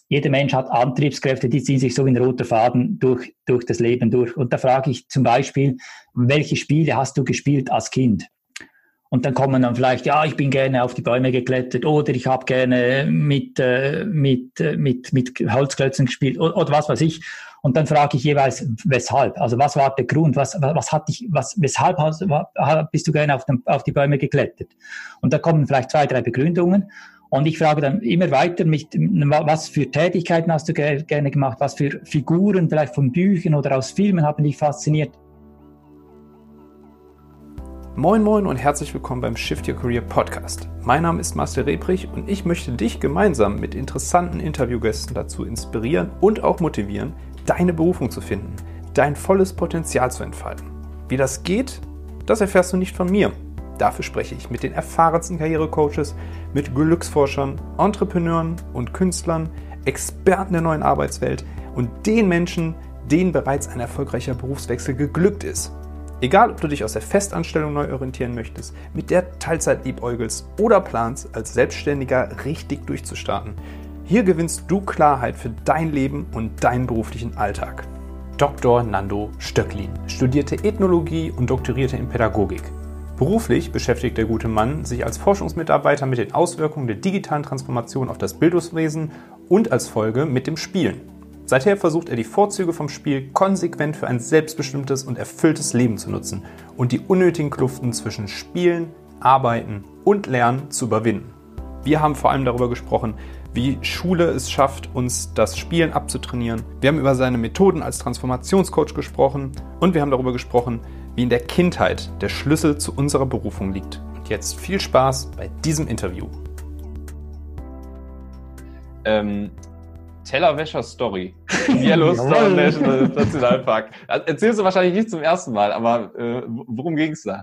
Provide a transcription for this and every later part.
jeder Mensch hat Antriebskräfte, die ziehen sich so wie ein roter Faden durch das Leben durch. Und da frage ich zum Beispiel, welche Spiele hast du gespielt als Kind? Und dann kommen dann vielleicht, ja, ich bin gerne auf die Bäume geklettert oder ich habe gerne mit Holzklötzen gespielt oder was weiß ich. Und dann frage ich jeweils, weshalb? Also was war der Grund? Weshalb bist du gerne auf die Bäume geklettert? Und da kommen vielleicht 2, 3 Begründungen. Und ich frage dann immer weiter, was für Tätigkeiten hast du gerne gemacht? Was für Figuren vielleicht von Büchern oder aus Filmen haben dich fasziniert? Moin Moin und herzlich willkommen beim Shift Your Career Podcast. Mein Name ist Marcel Rebrich und ich möchte dich gemeinsam mit interessanten Interviewgästen dazu inspirieren und auch motivieren, deine Berufung zu finden, dein volles Potenzial zu entfalten. Wie das geht, das erfährst du nicht von mir. Dafür spreche ich mit den erfahrensten Karrierecoaches, mit Glücksforschern, Entrepreneuren und Künstlern, Experten der neuen Arbeitswelt und den Menschen, denen bereits ein erfolgreicher Berufswechsel geglückt ist. Egal, ob du dich aus der Festanstellung neu orientieren möchtest, mit der Teilzeit liebäugelst oder planst, als Selbstständiger richtig durchzustarten. Hier gewinnst du Klarheit für dein Leben und deinen beruflichen Alltag. Dr. Nando Stöcklin studierte Ethnologie und doktorierte in Pädagogik. Beruflich beschäftigt der gute Mann sich als Forschungsmitarbeiter mit den Auswirkungen der digitalen Transformation auf das Bildungswesen und als Folge mit dem Spielen. Seither versucht er die Vorzüge vom Spiel konsequent für ein selbstbestimmtes und erfülltes Leben zu nutzen und die unnötigen Kluften zwischen Spielen, Arbeiten und Lernen zu überwinden. Wir haben vor allem darüber gesprochen, wie Schule es schafft, uns das Spielen abzutrainieren. Wir haben über seine Methoden als Transformationscoach gesprochen und wir haben darüber gesprochen, wie in der Kindheit der Schlüssel zu unserer Berufung liegt. Und jetzt viel Spaß bei diesem Interview. Tellerwäscher-Story. Yellowstone Nationalpark. Also, erzählst du wahrscheinlich nicht zum ersten Mal, aber worum ging es da?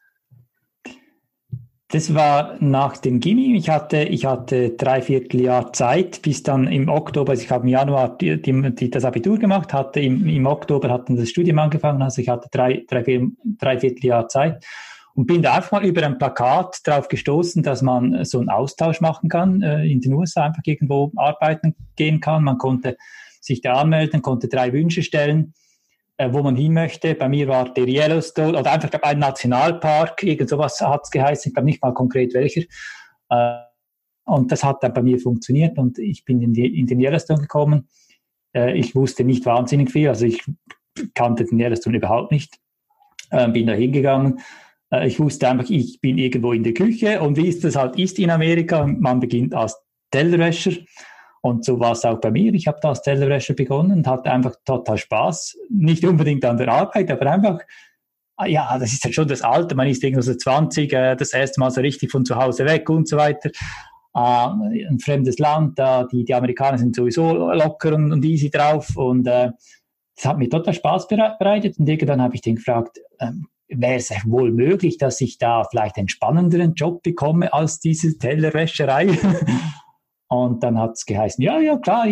Das war nach dem Gymi. Ich hatte 3/4 Jahr Zeit, bis dann im Oktober, also ich habe im Januar das Abitur gemacht, hatte im Oktober hat dann das Studium angefangen, also ich hatte 3/4 Jahr Zeit und bin da einfach mal über ein Plakat drauf gestoßen, dass man so einen Austausch machen kann, in den USA einfach irgendwo arbeiten gehen kann. Man konnte sich da anmelden, konnte 3 Wünsche stellen, wo man hin möchte. Bei mir war der Yellowstone oder einfach ein Nationalpark, irgend sowas hat's geheißen, ich glaube nicht mal konkret welcher. Und das hat dann bei mir funktioniert und ich bin in den Yellowstone gekommen. Ich wusste nicht wahnsinnig viel, also ich kannte den Yellowstone überhaupt nicht, bin da hingegangen. Ich wusste einfach, ich bin irgendwo in der Küche und wie es das halt ist in Amerika, man beginnt als Tellerwäscher. Und so war es auch bei mir. Ich habe da als Tellerwäscher begonnen und hatte einfach total Spaß. Nicht unbedingt an der Arbeit, aber einfach, ja, das ist halt schon das Alter. Man ist irgendwo so 20, das erste Mal so richtig von zu Hause weg und so weiter. Ein fremdes Land, die Amerikaner sind sowieso locker und easy drauf. Und das hat mir total Spaß bereitet. Und irgendwann habe ich den gefragt, wäre es wohl möglich, dass ich da vielleicht einen spannenderen Job bekomme als diese Tellerwäscherei? Und dann hat es geheißen, ja, klar,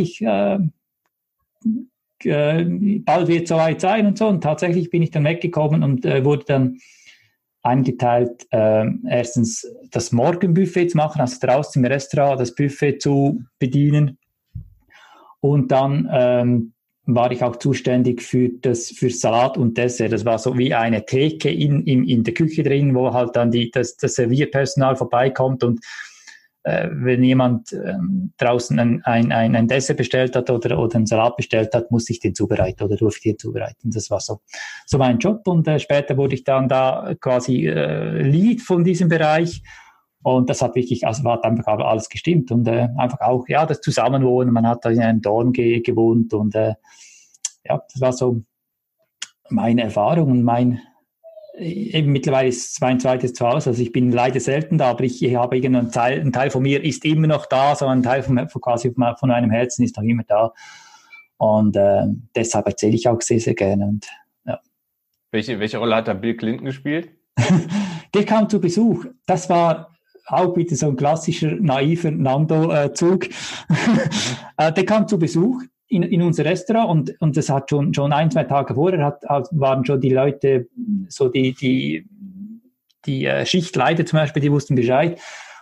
bald wird es soweit sein und so. Und tatsächlich bin ich dann weggekommen und wurde dann eingeteilt, erstens das Morgenbuffet zu machen, also draußen im Restaurant das Buffet zu bedienen. Und dann war ich auch zuständig für Salat und Dessert. Das war so wie eine Theke in der Küche drin, wo halt dann das Servierpersonal vorbeikommt und wenn jemand draußen ein Dessert bestellt hat oder einen Salat bestellt hat, muss ich den zubereiten oder durfte ich den zubereiten. Das war so mein Job und später wurde ich dann da quasi Lead von diesem Bereich und das hat wirklich, also hat einfach alles gestimmt und einfach auch, ja, das Zusammenwohnen, man hat da in einem Dorn gewohnt und ja, das war so meine Erfahrung und eben mittlerweile ist es mein zweites Zuhause, also ich bin leider selten da, aber ich habe ein Teil von mir ist immer noch da, so ein Teil von meinem Herzen ist noch immer da und deshalb erzähle ich auch sehr, sehr gerne. Und, ja. Welche Rolle hat da Bill Clinton gespielt? Der kam zu Besuch, das war auch wieder so ein klassischer, naiver Nando-Zug. Der kam zu Besuch in unser Restaurant und das hat schon 1-2 Tage vorher waren schon die Leute, so die Schichtleiter zum Beispiel, die wussten Bescheid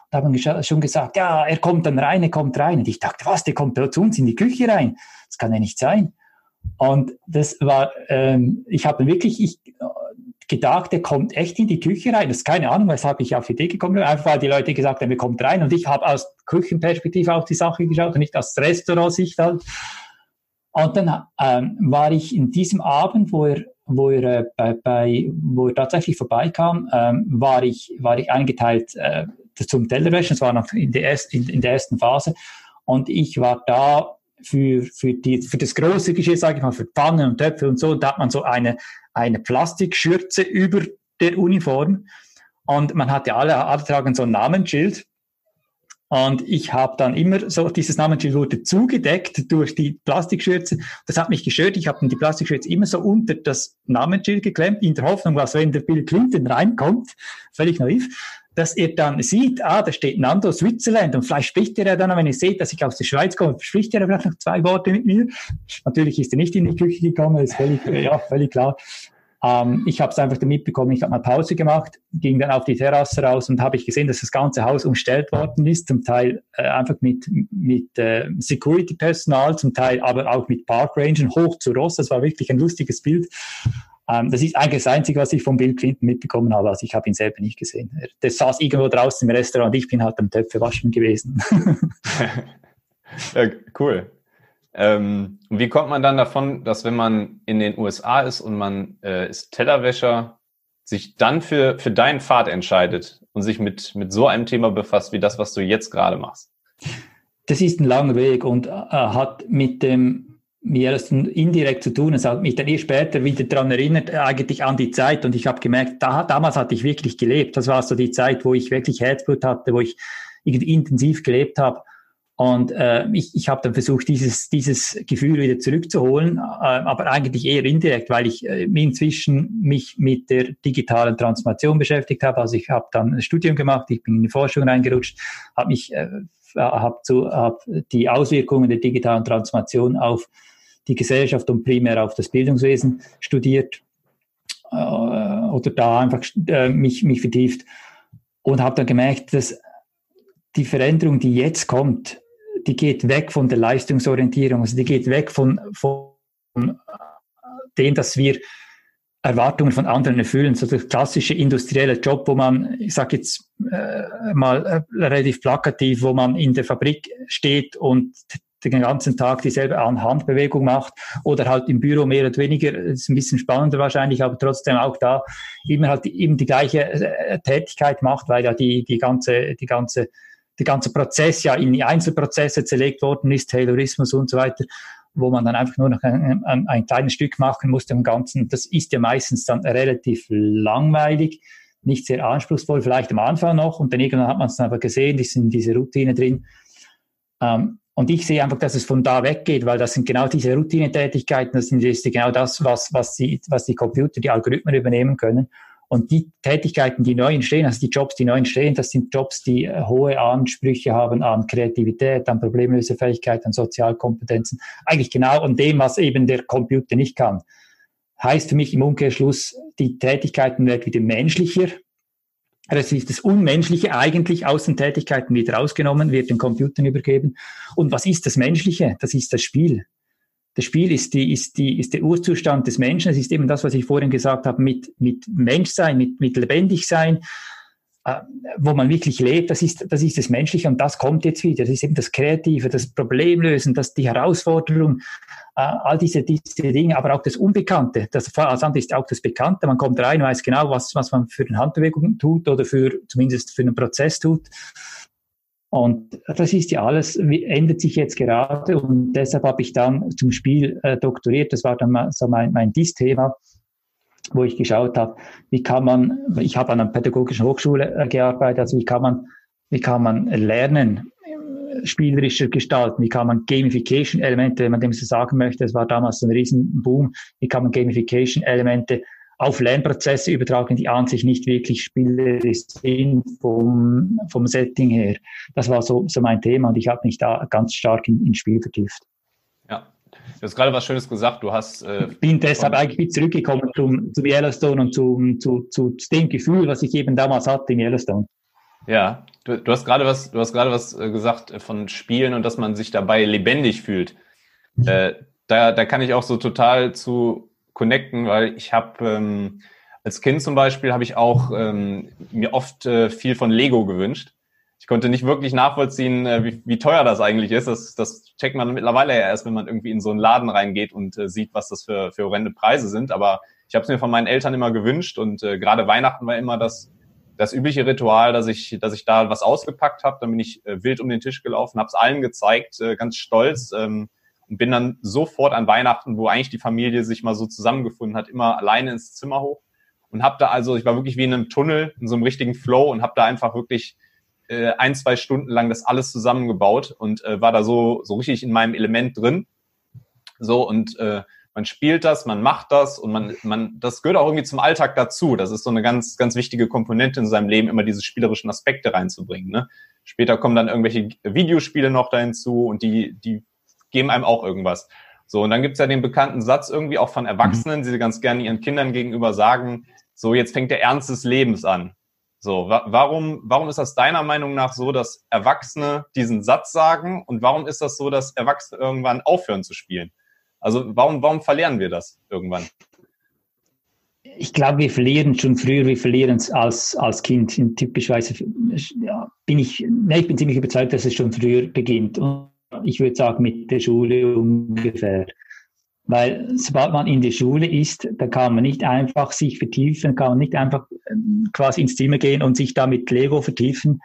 Da haben wir schon gesagt, ja, er kommt rein. Und ich dachte, was, der kommt zu uns in die Küche rein? Das kann ja nicht sein. Und das war, ich habe wirklich gedacht, der kommt echt in die Küche rein. Das ist keine Ahnung, weshalb ich auf die Idee gekommen bin. Einfach weil die Leute gesagt haben, er kommt rein. Und ich habe aus Küchenperspektive auf die Sache geschaut und nicht aus Restaurant-Sicht halt. Und dann war ich in diesem Abend, wo er tatsächlich vorbeikam, war ich eingeteilt zum Tellerwäschen. Das war noch in der ersten Phase. Und ich war da für das große Geschirr, sage ich mal, für Pfannen und Töpfe und so. Und da hat man so eine Plastikschürze über der Uniform. Und man hatte alle tragen so ein Namensschild. Und ich habe dann immer so, dieses Namensschild wurde zugedeckt durch die Plastikschürze. Das hat mich gestört. Ich habe dann die Plastikschürze immer so unter das Namensschild geklemmt, in der Hoffnung, dass wenn der Bill Clinton reinkommt, völlig naiv, dass er dann sieht, da steht Nando Switzerland und vielleicht spricht er dann, wenn ihr seht, dass ich aus der Schweiz komme, spricht er vielleicht noch 2 Worte mit mir. Natürlich ist er nicht in die Küche gekommen, ist völlig klar. Ich habe es einfach mitbekommen, ich habe mal Pause gemacht, ging dann auf die Terrasse raus und habe ich gesehen, dass das ganze Haus umstellt worden ist, zum Teil einfach mit Security-Personal, zum Teil aber auch mit Parkrangern hoch zu Ross. Das war wirklich ein lustiges Bild. Das ist eigentlich das Einzige, was ich von Bill Clinton mitbekommen habe. Also ich habe ihn selber nicht gesehen. Der saß irgendwo draußen im Restaurant. Ich bin halt am Töpfe waschen gewesen. Ja, cool. Wie kommt man dann davon, dass wenn man in den USA ist und man ist Tellerwäscher, sich dann für deinen Pfad entscheidet und sich mit so einem Thema befasst, wie das, was du jetzt gerade machst? Das ist ein langer Weg und hat mit dem Yellowstone indirekt zu tun. Es hat mich dann später wieder daran erinnert, eigentlich an die Zeit. Und ich habe gemerkt, damals hatte ich wirklich gelebt. Das war so die Zeit, wo ich wirklich Herzblut hatte, wo ich irgendwie intensiv gelebt habe. Und ich habe dann versucht, dieses Gefühl wieder zurückzuholen, aber eigentlich eher indirekt, weil ich inzwischen mich mit der digitalen Transformation beschäftigt habe. Also ich habe dann ein Studium gemacht, ich bin in die Forschung reingerutscht, habe die Auswirkungen der digitalen Transformation auf die Gesellschaft und primär auf das Bildungswesen studiert oder da einfach mich vertieft und habe dann gemerkt, dass die Veränderung, die jetzt kommt, die geht weg von der Leistungsorientierung, also die geht weg von dem, dass wir Erwartungen von anderen erfüllen. So der klassische industrielle Job, wo man, ich sage jetzt mal relativ plakativ, wo man in der Fabrik steht und den ganzen Tag dieselbe Handbewegung macht oder halt im Büro mehr oder weniger, das ist ein bisschen spannender wahrscheinlich, aber trotzdem auch da immer halt eben die gleiche Tätigkeit macht, weil ja die ganze Prozess ja in Einzelprozesse zerlegt worden ist, Taylorismus und so weiter, wo man dann einfach nur noch ein kleines Stück machen muss dem Ganzen. Das ist ja meistens dann relativ langweilig, nicht sehr anspruchsvoll, vielleicht am Anfang noch und dann irgendwann hat man es dann aber gesehen, die sind in dieser Routine drin. Und ich sehe einfach, dass es von da weggeht, weil das sind genau diese Routinetätigkeiten, das ist genau das, was die Computer, die Algorithmen übernehmen können. Und die Tätigkeiten, die neu entstehen, also die Jobs, die neu entstehen, das sind Jobs, die hohe Ansprüche haben an Kreativität, an Problemlösefähigkeit, an Sozialkompetenzen. Eigentlich genau an dem, was eben der Computer nicht kann. Heißt für mich im Umkehrschluss, die Tätigkeiten werden wieder menschlicher. Das ist das Unmenschliche eigentlich aus den Tätigkeiten wieder rausgenommen, wird den Computern übergeben. Und was ist das Menschliche? Das ist das Spiel. Das Spiel ist der Urzustand des Menschen. Es ist eben das, was ich vorhin gesagt habe, mit Menschsein, mit Lebendigsein, wo man wirklich lebt. Das ist das Menschliche und das kommt jetzt wieder. Das ist eben das Kreative, das Problemlösen, die Herausforderung, all diese Dinge, aber auch das Unbekannte. Das andere ist auch das Bekannte. Man kommt rein, weiß genau, was man für eine Handbewegung tut oder zumindest für einen Prozess tut. Und das ist ja alles, ändert sich jetzt gerade und deshalb habe ich dann zum Spiel doktoriert. Das war dann so mein DIS-Thema, wo ich geschaut habe, ich habe an einer pädagogischen Hochschule gearbeitet, also wie kann man Lernen spielerischer gestalten, wie kann man Gamification-Elemente, wenn man dem so sagen möchte, das war damals so ein Riesenboom, wie kann man Gamification-Elemente auf Lernprozesse übertragen, die an sich nicht wirklich spielerisch sind vom Setting her. Das war so mein Thema und ich habe mich da ganz stark ins Spiel vertieft. Ja, du hast gerade was Schönes gesagt. Du hast bin deshalb eigentlich zurückgekommen zum Yellowstone und zu dem Gefühl, was ich eben damals hatte im Yellowstone. Ja, du hast gerade was gesagt von Spielen und dass man sich dabei lebendig fühlt. Da kann ich auch so total zu connecten, weil ich habe als Kind zum Beispiel habe ich auch mir oft viel von Lego gewünscht. Ich konnte nicht wirklich nachvollziehen, wie teuer das eigentlich ist. Das checkt man mittlerweile ja erst, wenn man irgendwie in so einen Laden reingeht und sieht, was das für horrende Preise sind. Aber ich habe es mir von meinen Eltern immer gewünscht und gerade Weihnachten war immer das übliche Ritual, dass ich da was ausgepackt habe. Dann bin ich wild um den Tisch gelaufen, habe es allen gezeigt, ganz stolz. Und bin dann sofort an Weihnachten, wo eigentlich die Familie sich mal so zusammengefunden hat, immer alleine ins Zimmer hoch und habe da also, ich war wirklich wie in einem Tunnel, in so einem richtigen Flow und habe da einfach wirklich 1-2 Stunden lang das alles zusammengebaut und war da so richtig in meinem Element drin. So und man spielt das, man macht das und man das gehört auch irgendwie zum Alltag dazu. Das ist so eine ganz, ganz wichtige Komponente in seinem Leben, immer diese spielerischen Aspekte reinzubringen. Ne? Später kommen dann irgendwelche Videospiele noch da hinzu und die geben einem auch irgendwas. So, und dann gibt's ja den bekannten Satz irgendwie auch von Erwachsenen, die ganz gerne ihren Kindern gegenüber sagen, so, jetzt fängt der Ernst des Lebens an. So, warum ist das deiner Meinung nach so, dass Erwachsene diesen Satz sagen und warum ist das so, dass Erwachsene irgendwann aufhören zu spielen? Also warum verlernen wir das irgendwann? Ich glaube, wir verlieren schon früher, wir verlieren es als Kind. Typischerweise ich bin ziemlich überzeugt, dass es schon früher beginnt. Und ich würde sagen, mit der Schule ungefähr. Weil sobald man in der Schule ist, da kann man nicht einfach sich vertiefen, kann man nicht einfach quasi ins Zimmer gehen und sich da mit Lego vertiefen,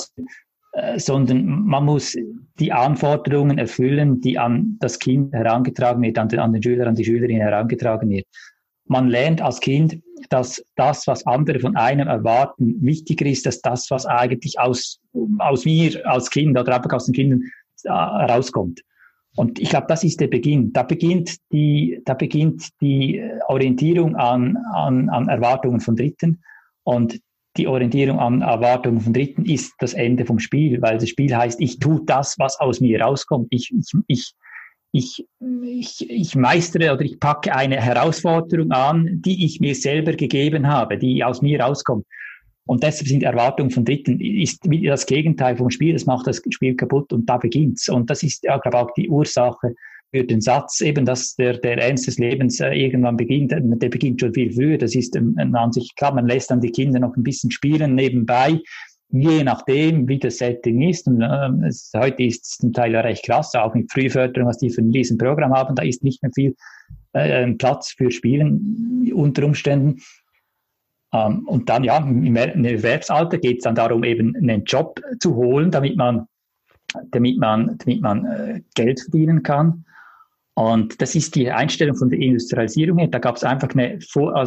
sondern man muss die Anforderungen erfüllen, die an das Kind herangetragen wird, an den Schüler, an die Schülerin herangetragen wird. Man lernt als Kind, dass das, was andere von einem erwarten, wichtiger ist, als das, was eigentlich aus mir als Kind oder einfach aus den Kindern rauskommt. Und ich glaube, das ist der Beginn. Da beginnt die Orientierung an Erwartungen von Dritten. Und die Orientierung an Erwartungen von Dritten ist das Ende vom Spiel, weil das Spiel heißt, ich tue das, was aus mir rauskommt. Ich meistere oder ich packe eine Herausforderung an, die ich mir selber gegeben habe, die aus mir rauskommt. Und deshalb sind Erwartungen von Dritten ist wieder das Gegenteil vom Spiel. Das macht das Spiel kaputt und da beginnt's. Und das ist ja, glaube ich, auch die Ursache für den Satz, eben, dass der Ernst des Lebens irgendwann beginnt. Der beginnt schon viel früher. Das ist an sich klar. Man lässt dann die Kinder noch ein bisschen spielen nebenbei, je nachdem, wie das Setting ist. Und heute ist es zum Teil ja recht krass, auch mit Frühförderung, was die für ein Riesenprogramm haben. Da ist nicht mehr viel Platz für Spielen unter Umständen. Und dann, ja, im Erwerbsalter geht es dann darum, eben einen Job zu holen, damit man Geld verdienen kann. Und das ist die Einstellung von der Industrialisierung her. Da gab es einfach eine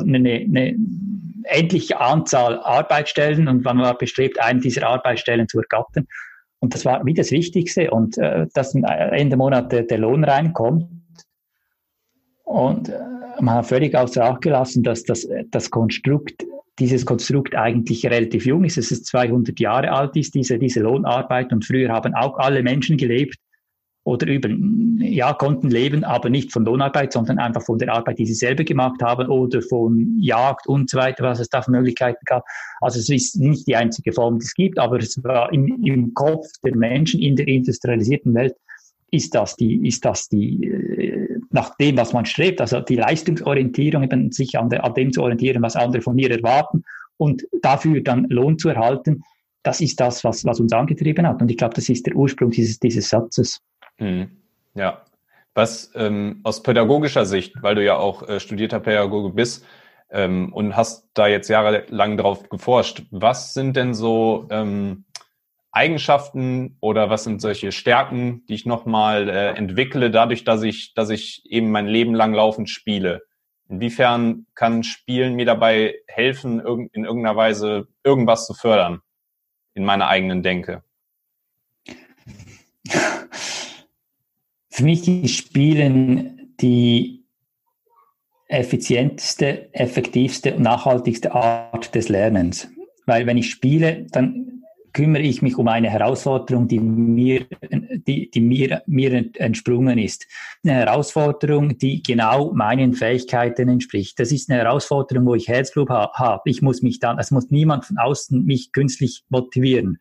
endliche Anzahl Arbeitsstellen und man war bestrebt, eine dieser Arbeitsstellen zu ergattern. Und das war wie das Wichtigste. Und dass Ende Monat der Lohn reinkommt. Und man hat völlig außer Acht gelassen, dass dieses Konstrukt eigentlich relativ jung ist, dass es 200 Jahre alt ist, diese Lohnarbeit. Und früher haben auch alle Menschen gelebt oder konnten leben, aber nicht von Lohnarbeit, sondern einfach von der Arbeit, die sie selber gemacht haben oder von Jagd und so weiter, was es da für Möglichkeiten gab. Also es ist nicht die einzige Form, die es gibt, aber es war im Kopf der Menschen in der industrialisierten Welt ist das nach dem, was man strebt, also die Leistungsorientierung, eben sich an dem zu orientieren, was andere von mir erwarten und dafür dann Lohn zu erhalten, das ist das, was uns angetrieben hat. Und ich glaube, das ist der Ursprung dieses Satzes. Mhm. Ja. Was aus pädagogischer Sicht, weil du ja auch studierter Pädagoge bist und hast da jetzt jahrelang drauf geforscht, was sind denn so Eigenschaften oder was sind solche Stärken, die ich nochmal entwickle, dadurch, dass ich eben mein Leben lang laufend spiele? Inwiefern kann Spielen mir dabei helfen, in irgendeiner Weise irgendwas zu fördern in meiner eigenen Denke? Für mich ist Spielen die effizienteste, effektivste und nachhaltigste Art des Lernens. Weil wenn ich spiele, dann kümmere ich mich um eine Herausforderung, die mir entsprungen ist. Eine Herausforderung, die genau meinen Fähigkeiten entspricht. Das ist eine Herausforderung, wo ich Herzblut habe. Es muss niemand von außen mich künstlich motivieren.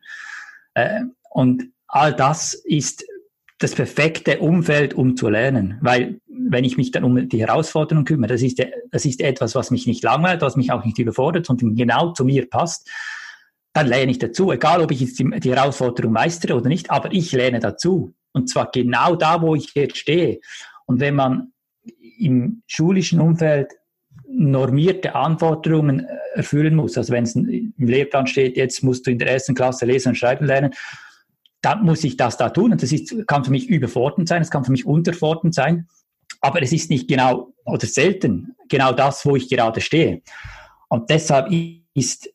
Und all das ist das perfekte Umfeld, um zu lernen, weil wenn ich mich dann um die Herausforderung kümmere, das ist etwas, was mich nicht langweilt, was mich auch nicht überfordert, sondern genau zu mir passt, dann lerne ich dazu, egal ob ich jetzt die Herausforderung meistere oder nicht, aber ich lerne dazu. Und zwar genau da, wo ich jetzt stehe. Und wenn man im schulischen Umfeld normierte Anforderungen erfüllen muss, also wenn es im Lehrplan steht, jetzt musst du in der 1. Klasse lesen und schreiben lernen, dann muss ich das da tun. Und das kann für mich überfordernd sein, es kann für mich unterfordernd sein. Aber es ist nicht genau oder selten genau das, wo ich gerade stehe. Und deshalb ist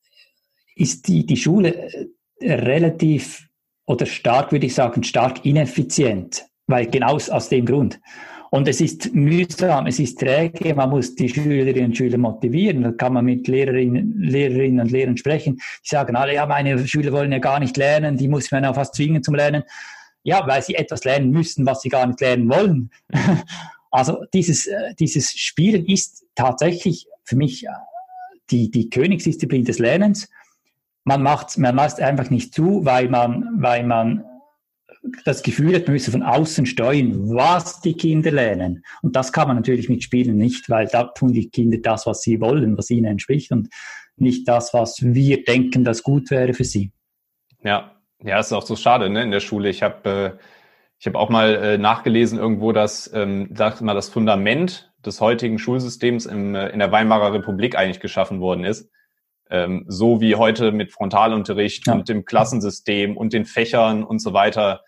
die Schule relativ oder stark, würde ich sagen, stark ineffizient. Weil genau aus dem Grund. Und es ist mühsam, es ist träge, man muss die Schülerinnen und Schüler motivieren. Da kann man mit Lehrerinnen und Lehrern sprechen. Die sagen alle, ja, meine Schüler wollen ja gar nicht lernen, die muss man ja fast zwingen zum Lernen. Ja, weil sie etwas lernen müssen, was sie gar nicht lernen wollen. Also dieses Spielen ist tatsächlich für mich die Königsdisziplin des Lernens. Man macht einfach nicht zu, weil man das Gefühl hat, man müsse von außen steuern, was die Kinder lernen. Und das kann man natürlich mit Spielen nicht, weil da tun die Kinder das, was sie wollen, was ihnen entspricht und nicht das, was wir denken, das gut wäre für sie. Ja, ist auch so schade, ne? In der Schule. Ich habe auch mal nachgelesen irgendwo, dass das Fundament des heutigen Schulsystems in der Weimarer Republik eigentlich geschaffen worden ist. So wie heute mit Frontalunterricht und dem Klassensystem und den Fächern und so weiter,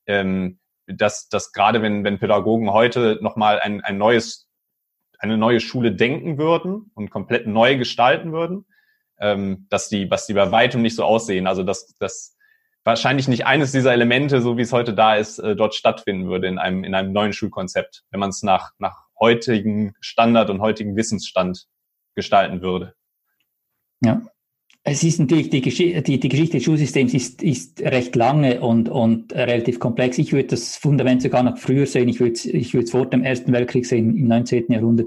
dass gerade wenn Pädagogen heute nochmal eine neue Schule denken würden und komplett neu gestalten würden, dass die bei weitem nicht so aussehen. Also dass wahrscheinlich nicht eines dieser Elemente, so wie es heute da ist, dort stattfinden würde in einem neuen Schulkonzept, wenn man es nach heutigen Standard und heutigen Wissensstand gestalten würde. Ja, es ist natürlich die Geschichte des Schulsystems ist recht lange und relativ komplex. Ich würde das Fundament sogar noch früher sehen. Ich würde es vor dem Ersten Weltkrieg sehen, im 19. Jahrhundert.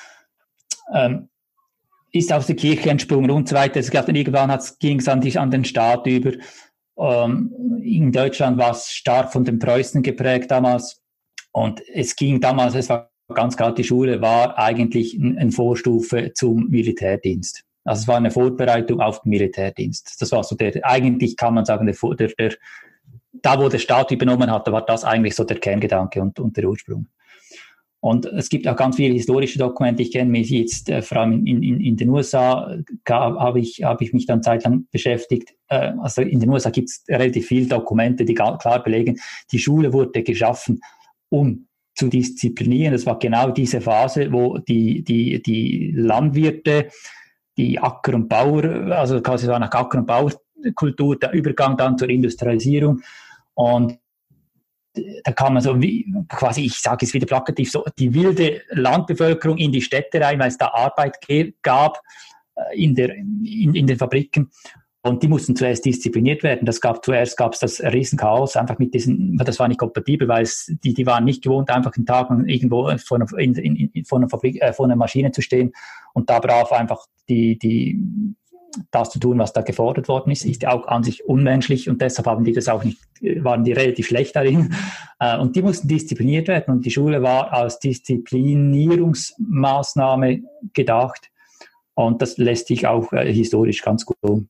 Ist aus der Kirche entsprungen und so weiter. Irgendwann ging es an den Staat über. In Deutschland war es stark von den Preußen geprägt damals. Und es war ganz klar, die Schule war eigentlich eine Vorstufe zum Militärdienst. Also es war eine Vorbereitung auf den Militärdienst. Das war so eigentlich kann man sagen, da wo der Staat übernommen hat, da war das eigentlich so der Kerngedanke und der Ursprung. Und es gibt auch ganz viele historische Dokumente. Ich kenne mich jetzt, vor allem in den USA, habe ich mich dann zeitlang beschäftigt. Also in den USA gibt es relativ viele Dokumente, die klar belegen, die Schule wurde geschaffen, um zu disziplinieren. Das war genau diese Phase, wo die Landwirte, die Acker- und Bauer, also quasi war nach Acker- und Bauerkultur der Übergang dann zur Industrialisierung. Und da kann man so quasi, ich sage es wieder plakativ, so die wilde Landbevölkerung in die Städte rein, weil es da Arbeit gab in den Fabriken. Und die mussten zuerst diszipliniert werden. Zuerst gab es das Riesenchaos, einfach mit das war nicht kompatibel, weil die waren nicht gewohnt, einfach einen Tag irgendwo vor einer Maschine zu stehen und da brav einfach das zu tun, was da gefordert worden ist auch an sich unmenschlich und deshalb waren die relativ schlecht darin. Und die mussten diszipliniert werden und die Schule war als Disziplinierungsmaßnahme gedacht und das lässt sich auch historisch ganz gut um.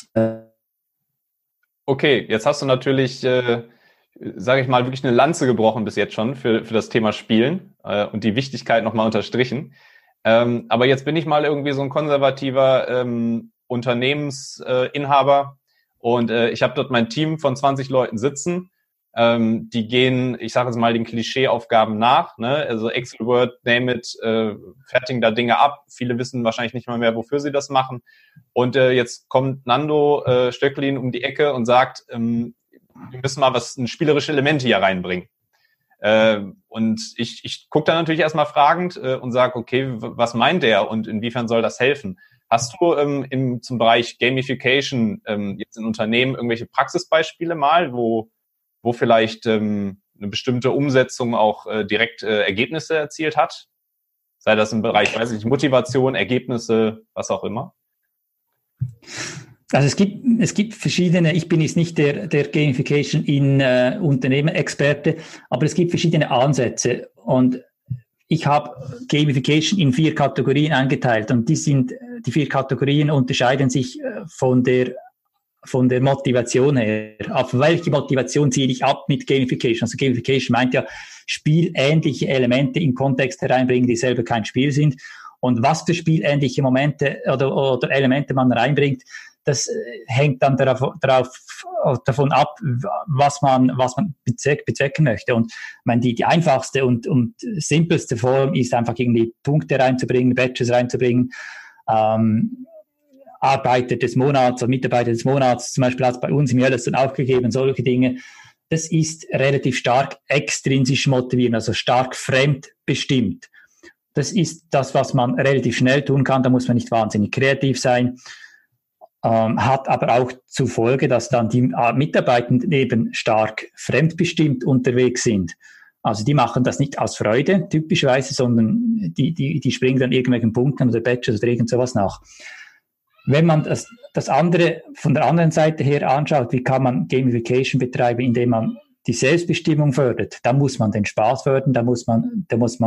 Okay, jetzt hast du natürlich, sage ich mal, wirklich eine Lanze gebrochen bis jetzt schon für das Thema Spielen und die Wichtigkeit nochmal unterstrichen. Aber jetzt bin ich mal irgendwie so ein konservativer Unternehmensinhaber und ich habe dort mein Team von 20 Leuten sitzen. Die gehen, ich sage jetzt mal, den Klischeeaufgaben nach, ne? Also Excel, Word, name it, fertigen da Dinge ab. Viele wissen wahrscheinlich nicht mal mehr, wofür sie das machen. Und jetzt kommt Nando Stöcklin um die Ecke und sagt, wir müssen mal ein spielerische Elemente hier reinbringen. Und ich gucke da natürlich erstmal fragend und sage, okay, was meint der und inwiefern soll das helfen? Hast du zum Bereich Gamification jetzt in Unternehmen irgendwelche Praxisbeispiele mal, wo vielleicht eine bestimmte Umsetzung auch direkt Ergebnisse erzielt hat? Sei das im Bereich, weiß ich nicht, Motivation, Ergebnisse, was auch immer? Also es gibt verschiedene, ich bin jetzt nicht der Gamification in Unternehmen-Experte, aber es gibt verschiedene Ansätze und ich habe Gamification in 4 Kategorien eingeteilt und die 4 Kategorien unterscheiden sich von der Motivation her. Auf welche Motivation ziehe ich ab mit Gamification? Also Gamification meint ja spielähnliche Elemente in Kontext hereinbringen, die selber kein Spiel sind. Und was für spielähnliche Momente oder Elemente man reinbringt, das hängt dann davon ab, was man bezwecken möchte. Und ich meine, die einfachste und simpelste Form ist einfach irgendwie Punkte reinzubringen, Badges reinzubringen, Arbeiter des Monats oder Mitarbeiter des Monats, zum Beispiel hat es bei uns im Yellowstone aufgegeben, solche Dinge. Das ist relativ stark extrinsisch motivierend, also stark fremdbestimmt. Das ist das, was man relativ schnell tun kann, da muss man nicht wahnsinnig kreativ sein, hat aber auch zur Folge, dass dann die Mitarbeitenden eben stark fremdbestimmt unterwegs sind. Also die machen das nicht aus Freude, typischerweise, sondern die springen dann irgendwelchen Punkten oder Badges oder irgend sowas nach. Wenn man das andere von der anderen Seite her anschaut, wie kann man Gamification betreiben, indem man die Selbstbestimmung fördert, da muss man den Spaß fördern, da muss man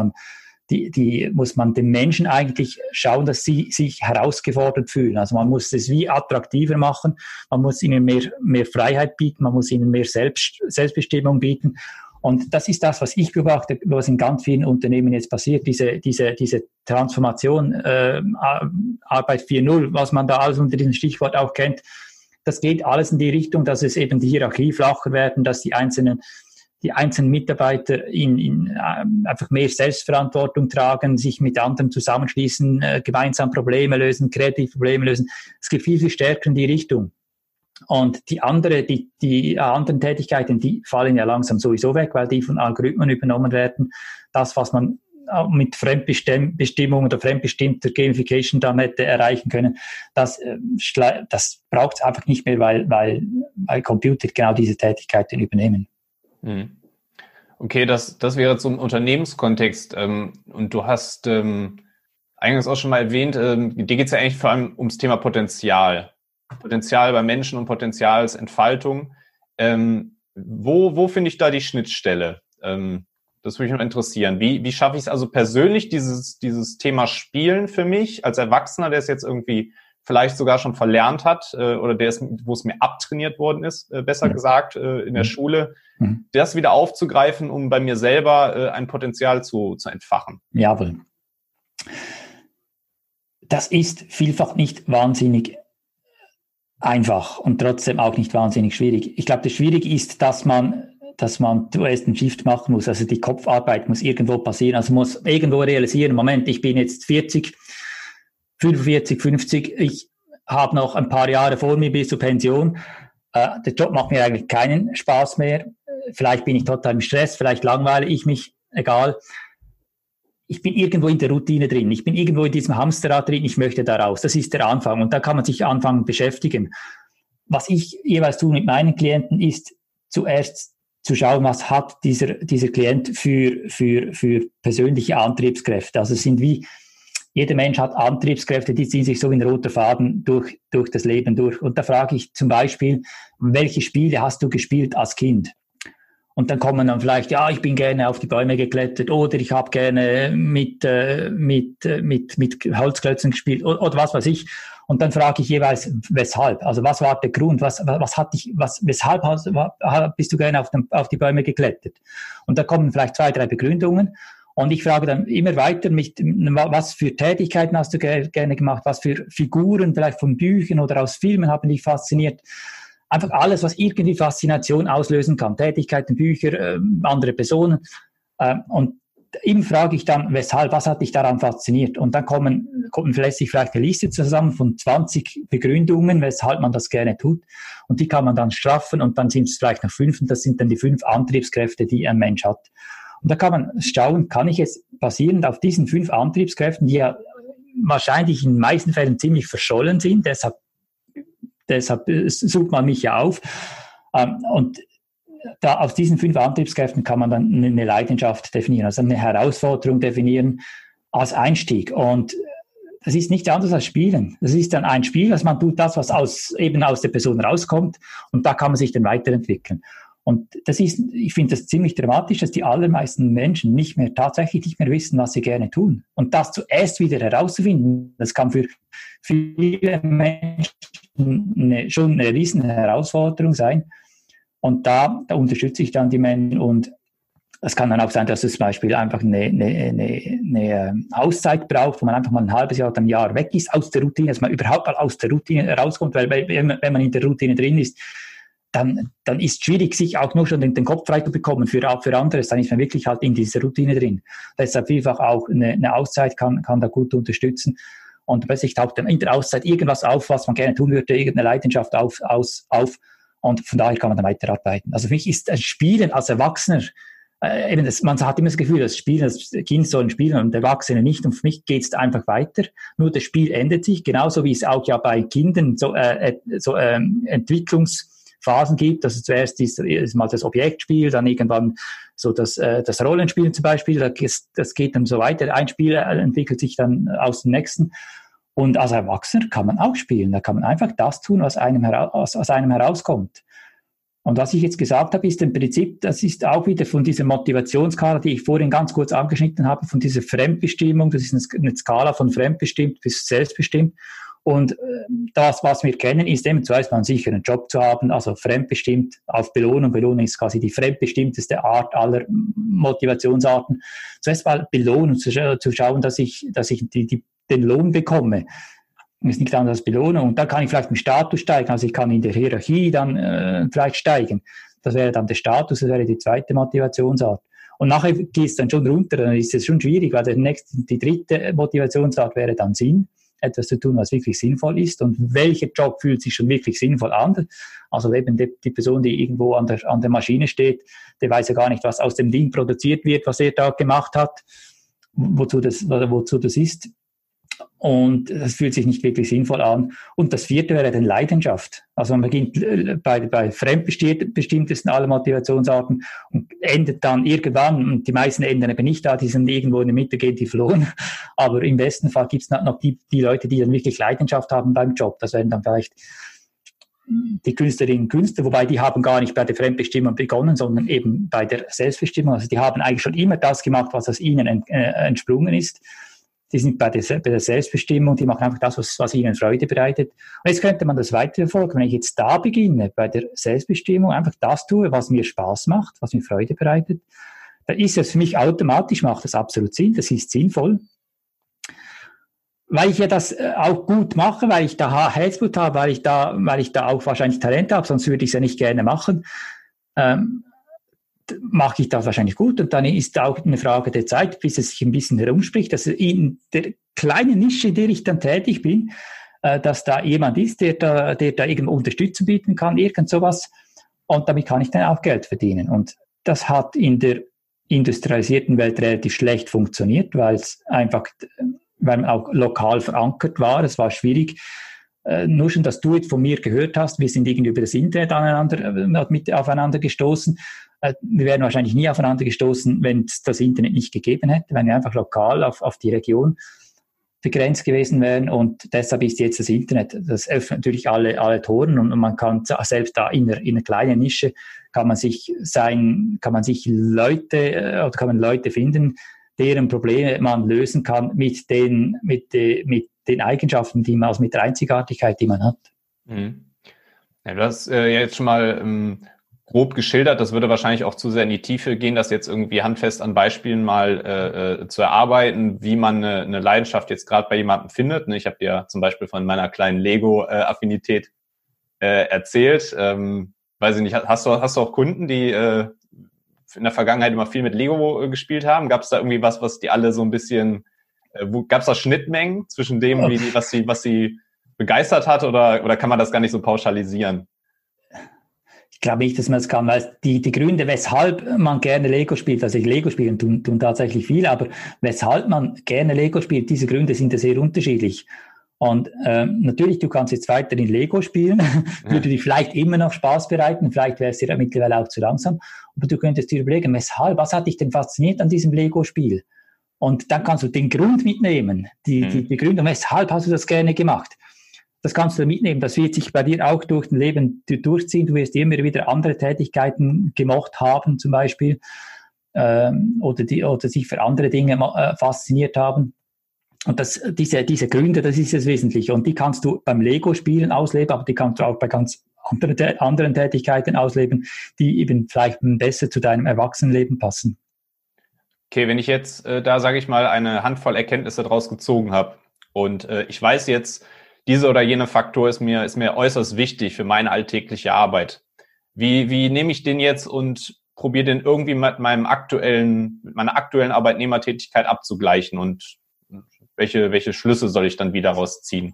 den Menschen eigentlich schauen, dass sie sich herausgefordert fühlen. Also man muss es wie attraktiver machen, man muss ihnen mehr Freiheit bieten, man muss ihnen mehr Selbstbestimmung bieten. Und das ist das, was ich beobachte, was in ganz vielen Unternehmen jetzt passiert, diese Transformation, Arbeit 4.0, was man da alles unter diesem Stichwort auch kennt. Das geht alles in die Richtung, dass es eben die Hierarchie flacher werden, dass die einzelnen Mitarbeiter einfach mehr Selbstverantwortung tragen, sich mit anderen zusammenschließen, gemeinsam Probleme lösen, kreative Probleme lösen. Es geht viel, viel stärker in die Richtung. Und die anderen Tätigkeiten, die fallen ja langsam sowieso weg, weil die von Algorithmen übernommen werden. Das, was man mit Fremdbestimmung oder fremdbestimmter Gamification dann hätte erreichen können, das braucht es einfach nicht mehr, weil Computer genau diese Tätigkeiten übernehmen. Okay, das wäre zum Unternehmenskontext. Und du hast eingangs auch schon mal erwähnt, dir geht es ja eigentlich vor allem ums Thema Potenzial bei Menschen und Potenzialsentfaltung. Wo finde ich da die Schnittstelle? Das würde mich noch interessieren. Wie schaffe ich es also persönlich, dieses Thema Spielen für mich als Erwachsener, der es jetzt irgendwie vielleicht sogar schon verlernt hat oder wo es mir abtrainiert worden ist, besser gesagt, in der Schule, das wieder aufzugreifen, um bei mir selber ein Potenzial zu entfachen? Jawohl. Das ist vielfach nicht wahnsinnig einfach und trotzdem auch nicht wahnsinnig schwierig. Ich glaube, das Schwierige ist, dass man zuerst einen Shift machen muss. Also die Kopfarbeit muss irgendwo passieren. Also muss irgendwo realisieren, Moment, ich bin jetzt 40, 45, 50, ich habe noch ein paar Jahre vor mir bis zur Pension. Der Job macht mir eigentlich keinen Spaß mehr. Vielleicht bin ich total im Stress, vielleicht langweile ich mich, egal. Ich bin irgendwo in der Routine drin, ich bin irgendwo in diesem Hamsterrad drin, ich möchte da raus. Das ist der Anfang und da kann man sich anfangen beschäftigen. Was ich jeweils tue mit meinen Klienten ist, zuerst zu schauen, was hat dieser Klient für persönliche Antriebskräfte. Also es sind jeder Mensch hat Antriebskräfte, die ziehen sich so wie ein roter Faden durch das Leben durch. Und da frage ich zum Beispiel, welche Spiele hast du gespielt als Kind? Und dann kommen dann vielleicht, ja, ich bin gerne auf die Bäume geklettert oder ich habe gerne mit Holzklötzen gespielt oder was weiß ich. Und dann frage ich jeweils, weshalb? Also was war der Grund? Weshalb bist du gerne auf die Bäume geklettert? Und da kommen vielleicht 2, 3 Begründungen. Und ich frage dann immer weiter, was für Tätigkeiten hast du gerne gemacht? Was für Figuren vielleicht von Büchern oder aus Filmen haben dich fasziniert? Einfach alles, was irgendwie Faszination auslösen kann. Tätigkeiten, Bücher, andere Personen. Und eben frage ich dann, weshalb, was hat dich daran fasziniert? Und dann kommt vielleicht eine Liste zusammen von 20 Begründungen, weshalb man das gerne tut. Und die kann man dann straffen und dann sind es vielleicht noch 5 und das sind dann die 5 Antriebskräfte, die ein Mensch hat. Und da kann man schauen, kann ich jetzt basierend auf diesen 5 Antriebskräften, die ja wahrscheinlich in den meisten Fällen ziemlich verschollen sind. Deshalb sucht man mich ja auf. Und da aus diesen 5 Antriebskräften kann man dann eine Leidenschaft definieren, also eine Herausforderung definieren als Einstieg. Und das ist nichts anderes als Spielen. Das ist dann ein Spiel, dass man tut das, was aus der Person rauskommt, und da kann man sich dann weiterentwickeln. Und ich finde das ziemlich dramatisch, dass die allermeisten Menschen tatsächlich nicht mehr wissen, was sie gerne tun. Und das zuerst wieder herauszufinden, das kann für viele Menschen schon eine riesen Herausforderung sein. Und da unterstütze ich dann die Menschen, und es kann dann auch sein, dass es zum Beispiel einfach eine Auszeit braucht, wo man einfach mal ein halbes Jahr oder ein Jahr weg ist aus der Routine, dass man überhaupt mal aus der Routine rauskommt, weil wenn man in der Routine drin ist, dann ist es schwierig, sich auch nur schon den Kopf frei zu bekommen für anderes, dann ist man wirklich halt in dieser Routine drin. Deshalb vielfach auch eine Auszeit kann da gut unterstützen, und plötzlich taucht dann in der Auszeit irgendwas auf, was man gerne tun würde, irgendeine Leidenschaft auf, und von daher kann man dann weiterarbeiten. Also für mich ist ein Spielen als Erwachsener, man hat immer das Gefühl, das Kind soll spielen und Erwachsene nicht. Und für mich geht es einfach weiter. Nur das Spiel ändert sich, genauso wie es auch ja bei Kindern so Entwicklungsphasen gibt. Also zuerst ist mal das Objektspiel, dann irgendwann so das Rollenspiel zum Beispiel. Das geht dann so weiter. Ein Spiel entwickelt sich dann aus dem nächsten. Und als Erwachsener kann man auch spielen. Da kann man einfach das tun, was aus einem herauskommt. Und was ich jetzt gesagt habe, ist im Prinzip, das ist auch wieder von dieser Motivationsskala, die ich vorhin ganz kurz angeschnitten habe, von dieser Fremdbestimmung. Das ist eine Skala von fremdbestimmt bis selbstbestimmt. Und das, was wir kennen, ist eben zuerst mal einen sicheren Job zu haben, also fremdbestimmt auf Belohnung. Belohnung ist quasi die fremdbestimmteste Art aller Motivationsarten. Zuerst mal belohnen, zu schauen, dass ich den Lohn bekomme. Das ist nicht anders als Belohnung. Und dann kann ich vielleicht im Status steigen. Also ich kann in der Hierarchie dann vielleicht steigen. Das wäre dann der Status, das wäre die zweite Motivationsart. Und nachher geht es dann schon runter, dann ist es schon schwierig, weil die dritte Motivationsart wäre dann Sinn, etwas zu tun, was wirklich sinnvoll ist. Und welcher Job fühlt sich schon wirklich sinnvoll an? Also eben die Person, die irgendwo an der Maschine steht, der weiß ja gar nicht, was aus dem Ding produziert wird, was er da gemacht hat, wozu das ist. Und das fühlt sich nicht wirklich sinnvoll an. Und das vierte wäre dann Leidenschaft. Also man beginnt bei fremdbestimmtesten aller Motivationsarten und endet dann irgendwann, und die meisten enden eben nicht da, die sind irgendwo in der Mitte, gehen die verloren. Aber im besten Fall gibt es noch die Leute, die dann wirklich Leidenschaft haben beim Job. Das wären dann vielleicht die Künstlerinnen und Künstler, wobei die haben gar nicht bei der Fremdbestimmung begonnen, sondern eben bei der Selbstbestimmung. Also die haben eigentlich schon immer das gemacht, was aus ihnen entsprungen ist. Die sind bei der Selbstbestimmung, die machen einfach das, was ihnen Freude bereitet. Und jetzt könnte man das weiterverfolgen. Wenn ich jetzt da beginne, bei der Selbstbestimmung, einfach das tue, was mir Spaß macht, was mir Freude bereitet, dann ist es für mich automatisch, macht das absolut Sinn, das ist sinnvoll. Weil ich ja das auch gut mache, weil ich da Herzblut habe, weil ich da auch wahrscheinlich Talent habe, sonst würde ich es ja nicht gerne machen, mache ich das wahrscheinlich gut, und dann ist auch eine Frage der Zeit, bis es sich ein bisschen herumspricht, dass in der kleinen Nische, in der ich dann tätig bin, dass da jemand ist, der da irgendwo Unterstützung bieten kann, irgend sowas, und damit kann ich dann auch Geld verdienen. Und das hat in der industrialisierten Welt relativ schlecht funktioniert, weil man auch lokal verankert war. Es war schwierig. Nur schon, dass du jetzt von mir gehört hast, wir sind irgendwie über das Internet aufeinander gestoßen. Wir wären wahrscheinlich nie aufeinander gestoßen, wenn es das Internet nicht gegeben hätte, wenn wir einfach lokal auf die Region begrenzt gewesen wären. Und deshalb ist jetzt das Internet, das öffnet natürlich alle Toren, und man kann selbst da in einer kleinen Nische kann man Leute finden, deren Probleme man lösen kann mit den Eigenschaften, die man mit der Einzigartigkeit, die man hat. Mhm. Ja, du hast jetzt schon mal grob geschildert, das würde wahrscheinlich auch zu sehr in die Tiefe gehen, das jetzt irgendwie handfest an Beispielen mal zu erarbeiten, wie man eine Leidenschaft jetzt gerade bei jemandem findet. Ich habe dir zum Beispiel von meiner kleinen Lego-Affinität erzählt. Weiß ich nicht, hast du auch Kunden, die in der Vergangenheit immer viel mit Lego gespielt haben? Gab es da irgendwie was die alle so ein bisschen, gab es da Schnittmengen zwischen dem, was sie begeistert hat, oder kann man das gar nicht so pauschalisieren? glaube nicht, dass man das kann, weil die Gründe, weshalb man gerne Lego spielt, also Lego spielen tun tatsächlich viel, aber weshalb man gerne Lego spielt, diese Gründe sind ja sehr unterschiedlich. Und natürlich, du kannst jetzt weiterhin Lego spielen, würde dir vielleicht immer noch Spaß bereiten, vielleicht wäre es dir mittlerweile auch zu langsam, aber du könntest dir überlegen, weshalb, was hat dich denn fasziniert an diesem Lego-Spiel? Und dann kannst du den Grund mitnehmen, die Gründe, weshalb hast du das gerne gemacht? Das kannst du mitnehmen, das wird sich bei dir auch durch dein Leben durchziehen, du wirst immer wieder andere Tätigkeiten gemocht haben, zum Beispiel, oder sich für andere Dinge fasziniert haben. Und diese Gründe, das ist das Wesentliche. Und die kannst du beim Lego-Spielen ausleben, aber die kannst du auch bei ganz anderen Tätigkeiten ausleben, die eben vielleicht besser zu deinem Erwachsenenleben passen. Okay, wenn ich jetzt da, sage ich mal, eine Handvoll Erkenntnisse draus gezogen habe und ich weiß jetzt, dieser oder jener Faktor ist mir äußerst wichtig für meine alltägliche Arbeit. Wie nehme ich den jetzt und probiere den irgendwie mit meiner aktuellen Arbeitnehmertätigkeit abzugleichen und welche Schlüsse soll ich dann wieder rausziehen?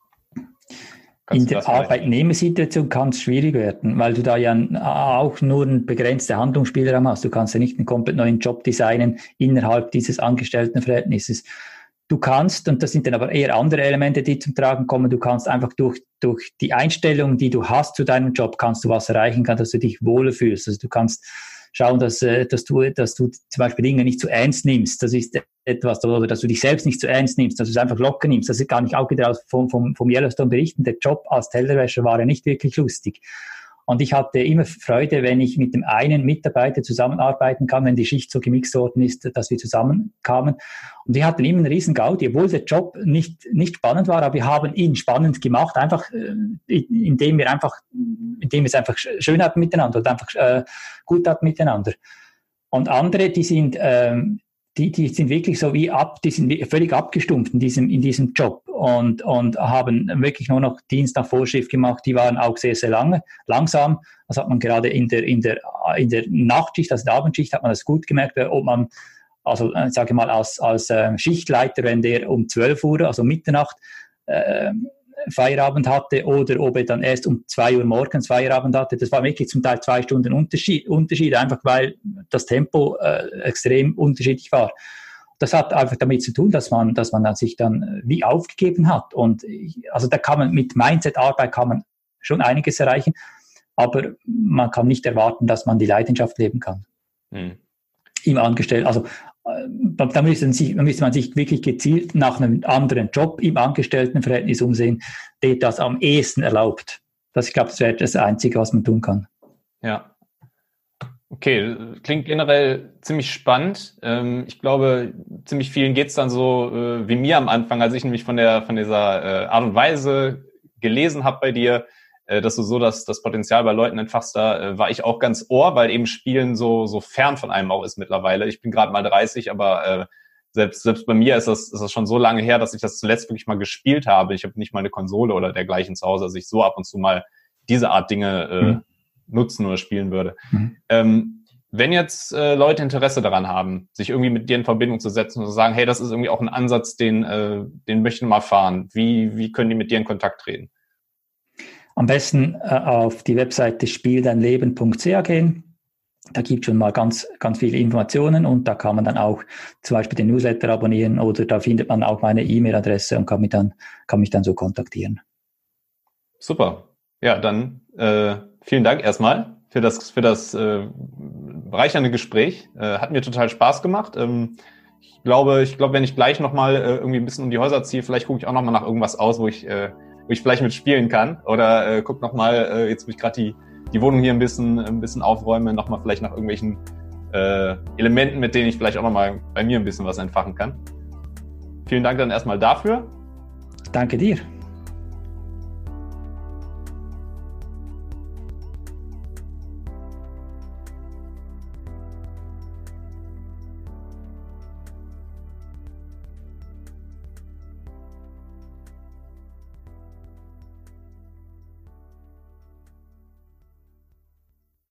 In der Arbeitnehmersituation kann es schwierig werden, weil du da ja auch nur einen begrenzten Handlungsspielraum hast. Du kannst ja nicht einen komplett neuen Job designen innerhalb dieses Angestelltenverhältnisses. Du kannst, und das sind dann aber eher andere Elemente, die zum Tragen kommen, du kannst einfach durch die Einstellung, die du hast zu deinem Job, kannst du was erreichen, dass du dich wohler fühlst. Also du kannst schauen, dass du zum Beispiel Dinge nicht zu ernst nimmst. Das ist etwas, oder dass du dich selbst nicht zu ernst nimmst, dass du es einfach locker nimmst. Das kann ich auch wieder vom Yellowstone berichten. Der Job als Tellerwäscher war ja nicht wirklich lustig. Und ich hatte immer Freude, wenn ich mit dem einen Mitarbeiter zusammenarbeiten kann, wenn die Schicht so gemixt worden ist, dass wir zusammenkamen. Und wir hatten immer einen riesen Gaudi, obwohl der Job nicht spannend war, aber wir haben ihn spannend gemacht, einfach indem wir es einfach schön hatten miteinander oder einfach gut hatten miteinander. Und andere, die sind wirklich so die sind völlig abgestumpft in diesem Job und haben wirklich nur noch Dienst nach Vorschrift gemacht. Die waren auch sehr, sehr langsam. Das hat man gerade in der Nachtschicht, also der Abendschicht, hat man das gut gemerkt, ob man, also sage ich mal, als Schichtleiter, wenn der um 12 Uhr, also Mitternacht, Feierabend hatte oder ob er dann erst um 2 Uhr morgens Feierabend hatte. Das war wirklich zum Teil 2 Stunden Unterschied, einfach weil das Tempo extrem unterschiedlich war. Das hat einfach damit zu tun, dass man sich dann wie aufgegeben hat. Und also da kann man mit Mindset-Arbeit kann man schon einiges erreichen, aber man kann nicht erwarten, dass man die Leidenschaft leben kann. Im Angestellten, also da müsste man sich wirklich gezielt nach einem anderen Job im Angestelltenverhältnis umsehen, der das am ehesten erlaubt. Ich glaube, das wäre das Einzige, was man tun kann. Ja. Okay, klingt generell ziemlich spannend. Ich glaube, ziemlich vielen geht's dann so wie mir am Anfang, als ich nämlich von dieser Art und Weise gelesen habe bei dir, dass du so das Potenzial bei Leuten entfachst, da war ich auch ganz ohr, weil eben Spielen so fern von einem auch ist mittlerweile. Ich bin gerade mal 30, aber selbst bei mir ist das schon so lange her, dass ich das zuletzt wirklich mal gespielt habe. Ich habe nicht mal eine Konsole oder dergleichen zu Hause, dass ich so ab und zu mal diese Art Dinge nutzen oder spielen würde. Wenn jetzt Leute Interesse daran haben, sich irgendwie mit dir in Verbindung zu setzen und zu sagen, hey, das ist irgendwie auch ein Ansatz, den möchte ich mal fahren. Wie können die mit dir in Kontakt treten? Am besten auf die Webseite spieldeinleben.ch gehen. Da gibt es schon mal ganz, ganz viele Informationen und da kann man dann auch zum Beispiel den Newsletter abonnieren oder da findet man auch meine E-Mail-Adresse und kann mich dann so kontaktieren. Super. Ja, dann vielen Dank erstmal für das bereichernde Gespräch. Hat mir total Spaß gemacht. Ich glaube, wenn ich gleich nochmal irgendwie ein bisschen um die Häuser ziehe, vielleicht gucke ich auch nochmal nach irgendwas aus, wo ich vielleicht mit spielen kann. Oder guck nochmal, jetzt wo ich gerade die Wohnung hier ein bisschen aufräume, nochmal vielleicht nach irgendwelchen Elementen, mit denen ich vielleicht auch nochmal bei mir ein bisschen was entfachen kann. Vielen Dank dann erstmal dafür. Danke dir.